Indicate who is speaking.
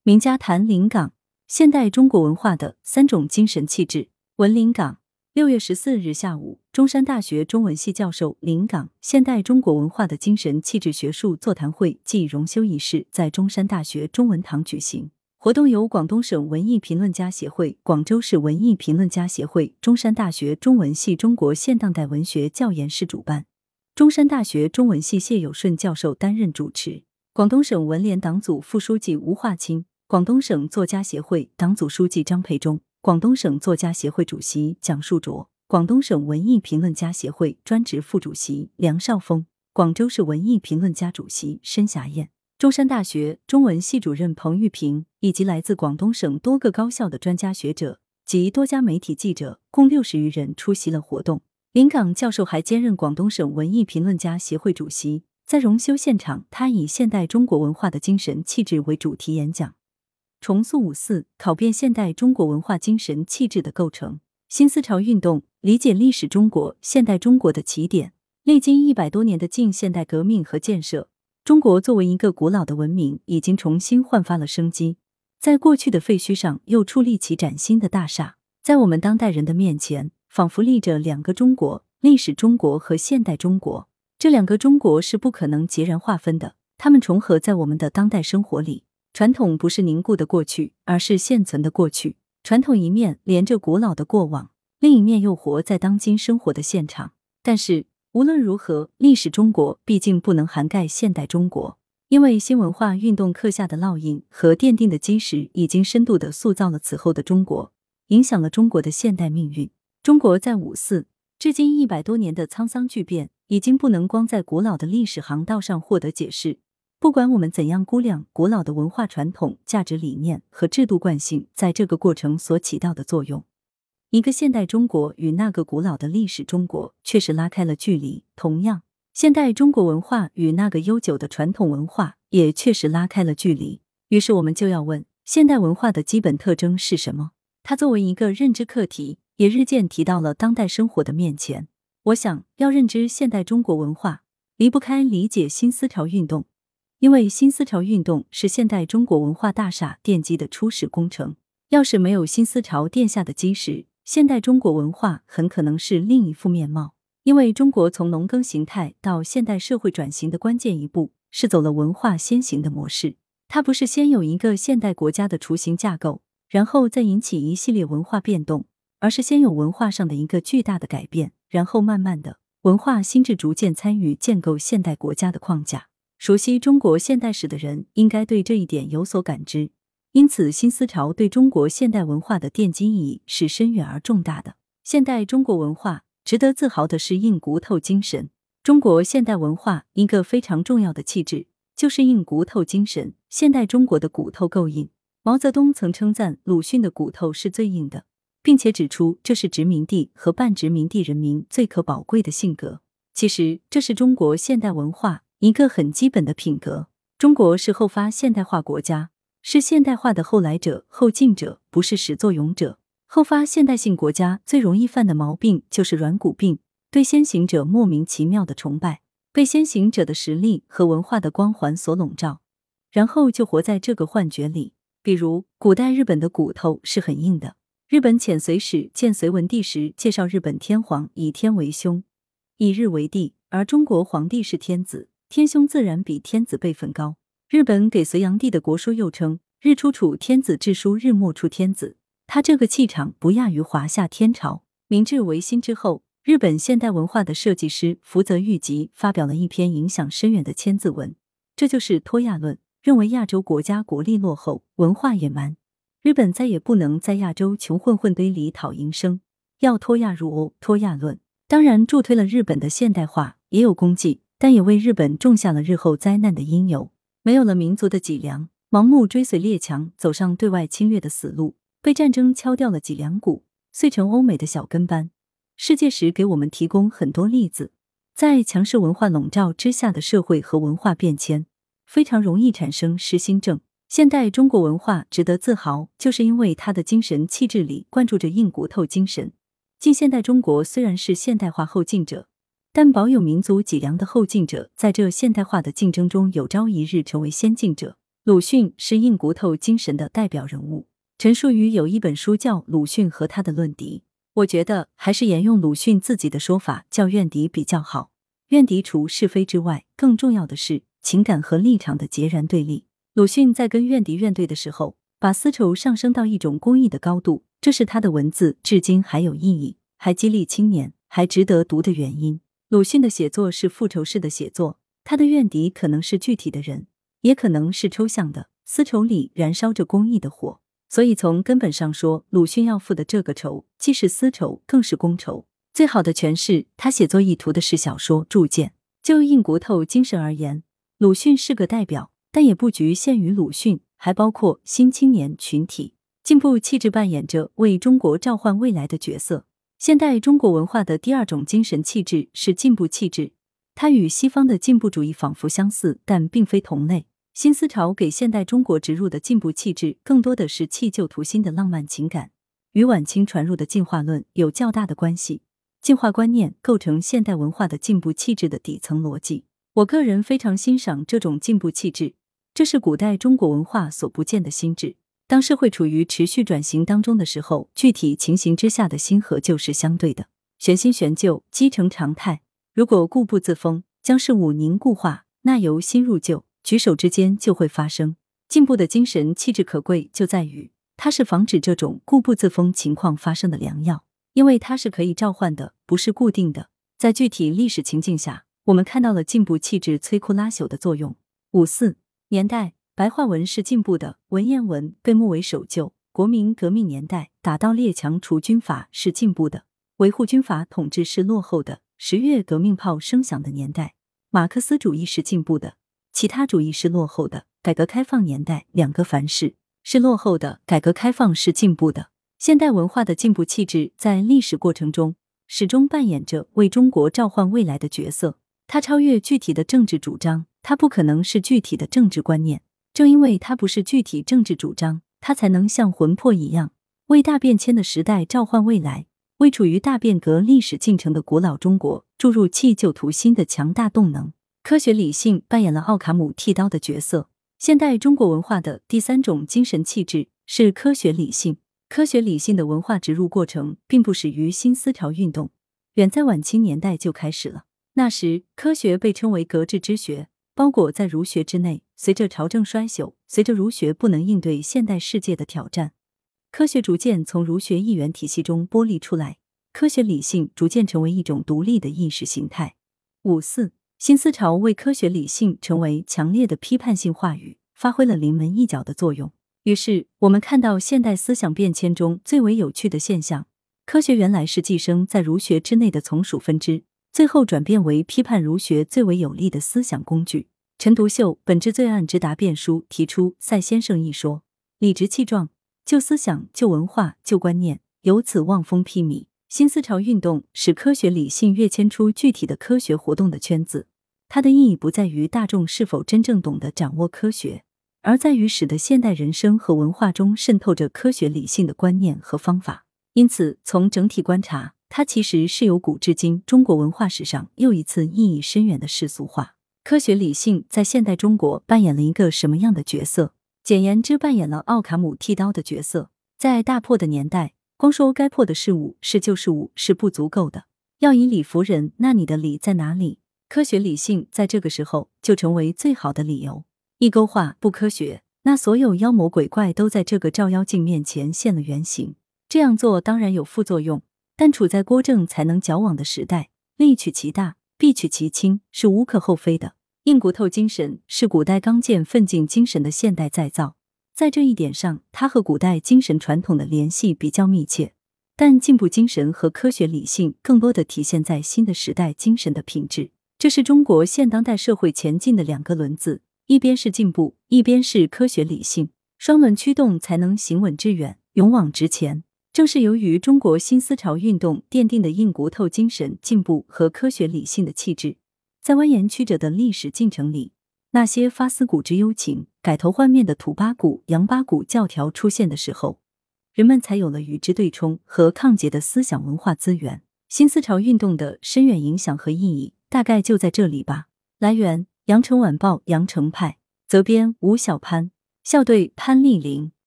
Speaker 1: 名家谈临港，现代中国文化的3种精神气质。文临港，6月14日下午，中山大学中文系教授临港现代中国文化的精神气质学术座谈会暨荣休仪式在中山大学中文堂举行。活动由广东省文艺评论家协会、广州市文艺评论家协会、中山大学中文系中国现当代文学教研室主办，中山大学中文系谢有顺教授担任主持。广东省文联党组副书记吴化清，广东省作家协会党组书记张培忠，广东省作家协会主席蒋树卓，广东省文艺评论家协会专职副主席梁少峰，广州市文艺评论家主席申霞燕，中山大学中文系主任彭玉平，以及来自广东省多个高校的专家学者及多家媒体记者共60余人出席了活动。临港教授还兼任广东省文艺评论家协会主席。在荣休现场，他以现代中国文化的精神气质为主题演讲，重塑5·4，考辨现代中国文化精神气质的构成。新思潮运动，理解历史中国、现代中国的起点。历经100多年的近现代革命和建设，中国作为一个古老的文明，已经重新焕发了生机，在过去的废墟上又矗立起崭新的大厦。在我们当代人的面前，仿佛立着2个中国，历史中国和现代中国。这2个中国是不可能截然划分的，它们重合在我们的当代生活里。传统不是凝固的过去，而是现存的过去。传统一面连着古老的过往，另一面又活在当今生活的现场。但是无论如何，历史中国毕竟不能涵盖现代中国，因为新文化运动刻下的烙印和奠定的基石已经深度地塑造了此后的中国，影响了中国的现代命运。中国在5·4至今100多年的沧桑巨变，已经不能光在古老的历史航道上获得解释。不管我们怎样估量古老的文化传统、价值理念和制度惯性在这个过程所起到的作用，一个现代中国与那个古老的历史中国确实拉开了距离。同样，现代中国文化与那个悠久的传统文化也确实拉开了距离。于是我们就要问，现代文化的基本特征是什么？它作为一个认知课题，也日渐提到了当代生活的面前。我想，要认知现代中国文化，离不开理解新思潮运动，因为新思潮运动是现代中国文化大厦奠基的初始工程。要是没有新思潮奠下的基石，现代中国文化很可能是另一副面貌。因为中国从农耕形态到现代社会转型的关键一步，是走了文化先行的模式。它不是先有一个现代国家的雏形架构，然后再引起一系列文化变动，而是先有文化上的一个巨大的改变，然后慢慢的，文化心智逐渐参与建构现代国家的框架。熟悉中国现代史的人应该对这一点有所感知，因此新思潮对中国现代文化的奠基意义是深远而重大的。现代中国文化值得自豪的是硬骨头精神。中国现代文化一个非常重要的气质就是硬骨头精神。现代中国的骨头够硬，毛泽东曾称赞鲁迅的骨头是最硬的，并且指出这是殖民地和半殖民地人民最可宝贵的性格。其实这是中国现代文化一个很基本的品格。中国是后发现代化国家，是现代化的后来者、后进者，不是始作俑者。后发现代性国家最容易犯的毛病就是软骨病，对先行者莫名其妙的崇拜，被先行者的实力和文化的光环所笼罩，然后就活在这个幻觉里。比如古代日本的骨头是很硬的。日本遣隋使见隋文帝时介绍日本天皇以天为兄，以日为帝，而中国皇帝是天子，天兄自然比天子辈分高。日本给隋炀帝的国书又称日出处天子志书，日没出天子，他这个气场不亚于华夏天朝。明治维新之后，日本现代文化的设计师福泽谕吉发表了一篇影响深远的千字文，这就是脱亚论，认为亚洲国家国力落后，文化野蛮，日本再也不能在亚洲穷混混堆里讨营生，要脱亚入欧。脱亚论当然助推了日本的现代化，也有功绩，但也为日本种下了日后灾难的因由。没有了民族的脊梁，盲目追随列强，走上对外侵略的死路，被战争敲掉了脊梁骨，碎成欧美的小跟班。世界史给我们提供很多例子，在强势文化笼罩之下的社会和文化变迁，非常容易产生失心症。现代中国文化值得自豪，就是因为它的精神气质里灌注着硬骨头精神。近现代中国虽然是现代化后进者，但保有民族脊梁的后进者，在这现代化的竞争中有朝一日成为先进者。 鲁迅是硬骨头精神的代表人物。陈树瑜有一本书叫《鲁迅和他的论敌》，我觉得还是沿用鲁迅自己的说法叫怨敌比较好。怨敌除是非之外，更重要的是情感和立场的截然对立。鲁迅在跟怨敌怨对的时候，把丝绸上升到一种公益的高度，这是他的文字至今还有意义，还激励青年，还值得读的原因。鲁迅的写作是复仇式的写作，他的怨敌可能是具体的人，也可能是抽象的，丝绸里燃烧着公益的火。所以从根本上说，鲁迅要复的这个仇，既是私仇，更是公仇。最好的诠释他写作意图的是小说铸剑。就硬骨头精神而言，鲁迅是个代表，但也不局限于鲁迅，还包括新青年群体。进步气质扮演着为中国召唤未来的角色。现代中国文化的第二种精神气质是进步气质，它与西方的进步主义仿佛相似，但并非同类。新思潮给现代中国植入的进步气质更多的是弃旧图新的浪漫情感，与晚清传入的进化论有较大的关系。进化观念构成现代文化的进步气质的底层逻辑。我个人非常欣赏这种进步气质，这是古代中国文化所不见的心智。当社会处于持续转型当中的时候，具体情形之下的新和旧是相对的，玄新玄旧积成常态。如果固步自封，将事物凝固化，那由新入旧，举手之间就会发生。进步的精神气质可贵就在于，它是防止这种固步自封情况发生的良药，因为它是可以召唤的，不是固定的。在具体历史情境下，我们看到了进步气质摧枯拉朽的作用。54年代，白话文是进步的，文言文被目为守旧。国民革命年代，打倒列强除军阀是进步的，维护军阀统治是落后的。10月革命炮声响的年代，马克思主义是进步的，其他主义是落后的。改革开放年代，两个凡是是落后的，改革开放是进步的。现代文化的进步气质在历史过程中始终扮演着为中国召唤未来的角色。它超越具体的政治主张，它不可能是具体的政治观念。正因为它不是具体政治主张，它才能像魂魄一样，为大变迁的时代召唤未来，为处于大变革历史进程的古老中国注入弃旧图新的强大动能。科学理性扮演了奥卡姆剃刀的角色。现代中国文化的第三种精神气质是科学理性。科学理性的文化植入过程并不始于新思潮运动，远在晚清年代就开始了。那时，科学被称为革制之学，包裹在儒学之内。随着朝政衰朽，随着儒学不能应对现代世界的挑战，科学逐渐从儒学一元体系中剥离出来，科学理性逐渐成为一种独立的意识形态。54新思潮为科学理性成为强烈的批判性话语发挥了临门一脚的作用。于是我们看到现代思想变迁中最为有趣的现象，科学原来是寄生在儒学之内的从属分支，最后转变为批判儒学最为有力的思想工具。陈独秀《本质罪案之答辩书》提出赛先生一说，理直气壮，旧思想、旧文化、旧观念，由此望风披靡。新思潮运动使科学理性跃迁出具体的科学活动的圈子，它的意义不在于大众是否真正懂得掌握科学，而在于使得现代人生和文化中渗透着科学理性的观念和方法。因此，从整体观察，它其实是由古至今中国文化史上又一次意义深远的世俗化。科学理性在现代中国扮演了一个什么样的角色？简言之，扮演了奥卡姆剃刀的角色。在大破的年代，光说该破的事物是旧事物是不足够的，要以理服人，那你的理在哪里？科学理性在这个时候就成为最好的理由。一勾画不科学，那所有妖魔鬼怪都在这个照妖镜面前现了原形。这样做当然有副作用，但处在郭正才能矫枉的时代，利取其大，弊取其轻，是无可厚非的。硬骨头精神是古代刚健奋进精神的现代再造，在这一点上，它和古代精神传统的联系比较密切。但进步精神和科学理性更多的体现在新的时代精神的品质，这是中国现当代社会前进的两个轮子，一边是进步，一边是科学理性，双轮驱动才能行稳致远，勇往直前。正是由于中国新思潮运动奠定的硬骨头精神、进步和科学理性的气质，在蜿蜒曲折的历史进程里，那些发思古之幽情、改头换面的土八股、洋八股教条出现的时候，人们才有了与之对冲和抗结的思想文化资源。新思潮运动的深远影响和意义大概就在这里吧。来源：羊城晚报羊城派。 责编吴小潘，校对潘丽玲。